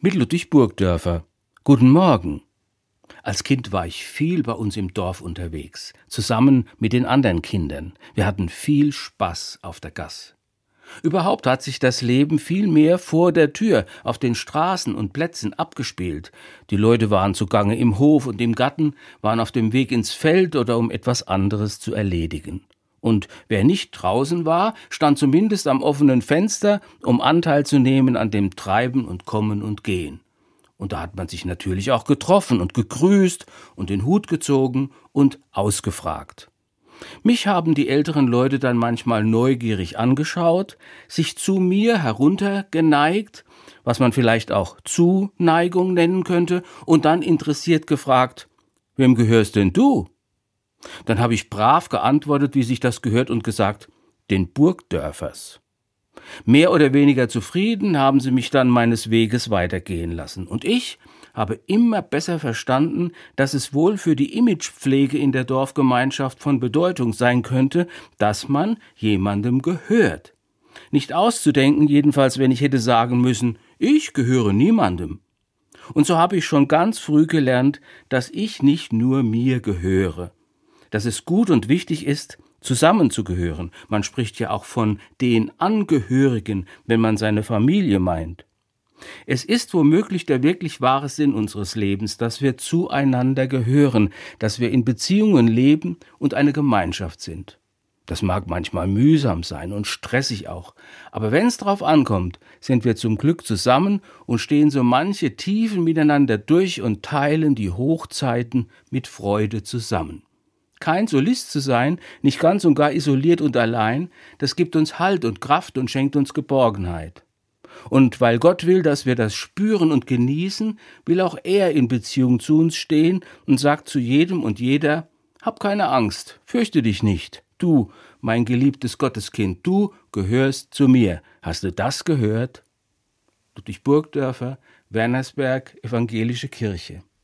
mit Ludwig Burgdörfer. Guten Morgen. Als Kind war ich viel bei uns im Dorf unterwegs, zusammen mit den anderen Kindern. Wir hatten viel Spaß auf der Gass. Überhaupt hat sich das Leben viel mehr vor der Tür, auf den Straßen und Plätzen abgespielt. Die Leute waren zugange im Hof und im Garten, waren auf dem Weg ins Feld oder um etwas anderes zu erledigen. Und wer nicht draußen war, stand zumindest am offenen Fenster, um Anteil zu nehmen an dem Treiben und Kommen und Gehen. Und da hat man sich natürlich auch getroffen und gegrüßt und den Hut gezogen und ausgefragt. Mich haben die älteren Leute dann manchmal neugierig angeschaut, sich zu mir heruntergeneigt, was man vielleicht auch Zuneigung nennen könnte, und dann interessiert gefragt, wem gehörst denn du? Dann habe ich brav geantwortet, wie sich das gehört, und gesagt, den Burgdörfers. Mehr oder weniger zufrieden haben sie mich dann meines Weges weitergehen lassen. Und ich habe immer besser verstanden, dass es wohl für die Imagepflege in der Dorfgemeinschaft von Bedeutung sein könnte, dass man jemandem gehört. Nicht auszudenken, jedenfalls, wenn ich hätte sagen müssen, ich gehöre niemandem. Und so habe ich schon ganz früh gelernt, dass ich nicht nur mir gehöre, dass es gut und wichtig ist, zusammenzugehören. Man spricht ja auch von den Angehörigen, wenn man seine Familie meint. Es ist womöglich der wirklich wahre Sinn unseres Lebens, dass wir zueinander gehören, dass wir in Beziehungen leben und eine Gemeinschaft sind. Das mag manchmal mühsam sein und stressig auch, aber wenn es drauf ankommt, sind wir zum Glück zusammen und stehen so manche Tiefen miteinander durch und teilen die Hochzeiten mit Freude zusammen. Kein Solist zu sein, nicht ganz und gar isoliert und allein, das gibt uns Halt und Kraft und schenkt uns Geborgenheit. Und weil Gott will, dass wir das spüren und genießen, will auch er in Beziehung zu uns stehen und sagt zu jedem und jeder, hab keine Angst, fürchte dich nicht. Du, mein geliebtes Gotteskind, du gehörst zu mir. Hast du das gehört? Ludwig Burgdörfer, Wernersberg, Evangelische Kirche.